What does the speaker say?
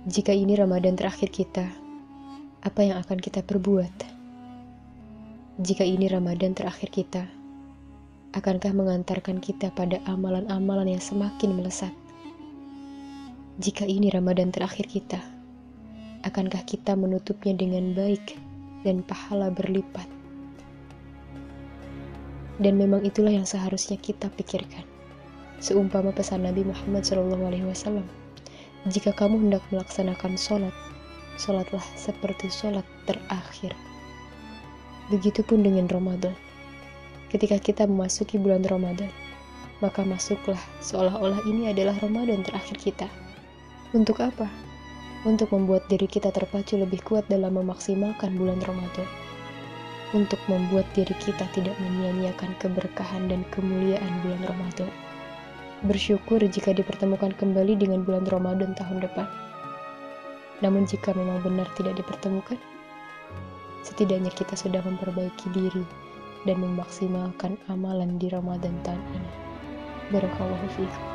Jika ini Ramadan terakhir kita, apa yang akan kita perbuat? Jika ini Ramadan terakhir kita, akankah mengantarkan kita pada amalan-amalan yang semakin melesat? Jika ini Ramadan terakhir kita, akankah kita menutupnya dengan baik dan pahala berlipat? Dan memang itulah yang seharusnya kita pikirkan. Seumpama pesan Nabi Muhammad SAW, jika kamu hendak melaksanakan sholat, sholatlah seperti sholat terakhir. Begitupun dengan Ramadan. Ketika kita memasuki bulan Ramadan, maka masuklah seolah-olah ini adalah Ramadan terakhir kita. Untuk apa? Untuk membuat diri kita terpacu lebih kuat dalam memaksimalkan bulan Ramadan. Untuk membuat diri kita tidak menyia-nyiakan keberkahan dan kemuliaan bulan Ramadan. Bersyukur jika dipertemukan kembali dengan bulan Ramadan tahun depan. Namun jika memang benar tidak dipertemukan, setidaknya kita sudah memperbaiki diri dan memaksimalkan amalan di Ramadan tahun ini. Barakallahu fiikum.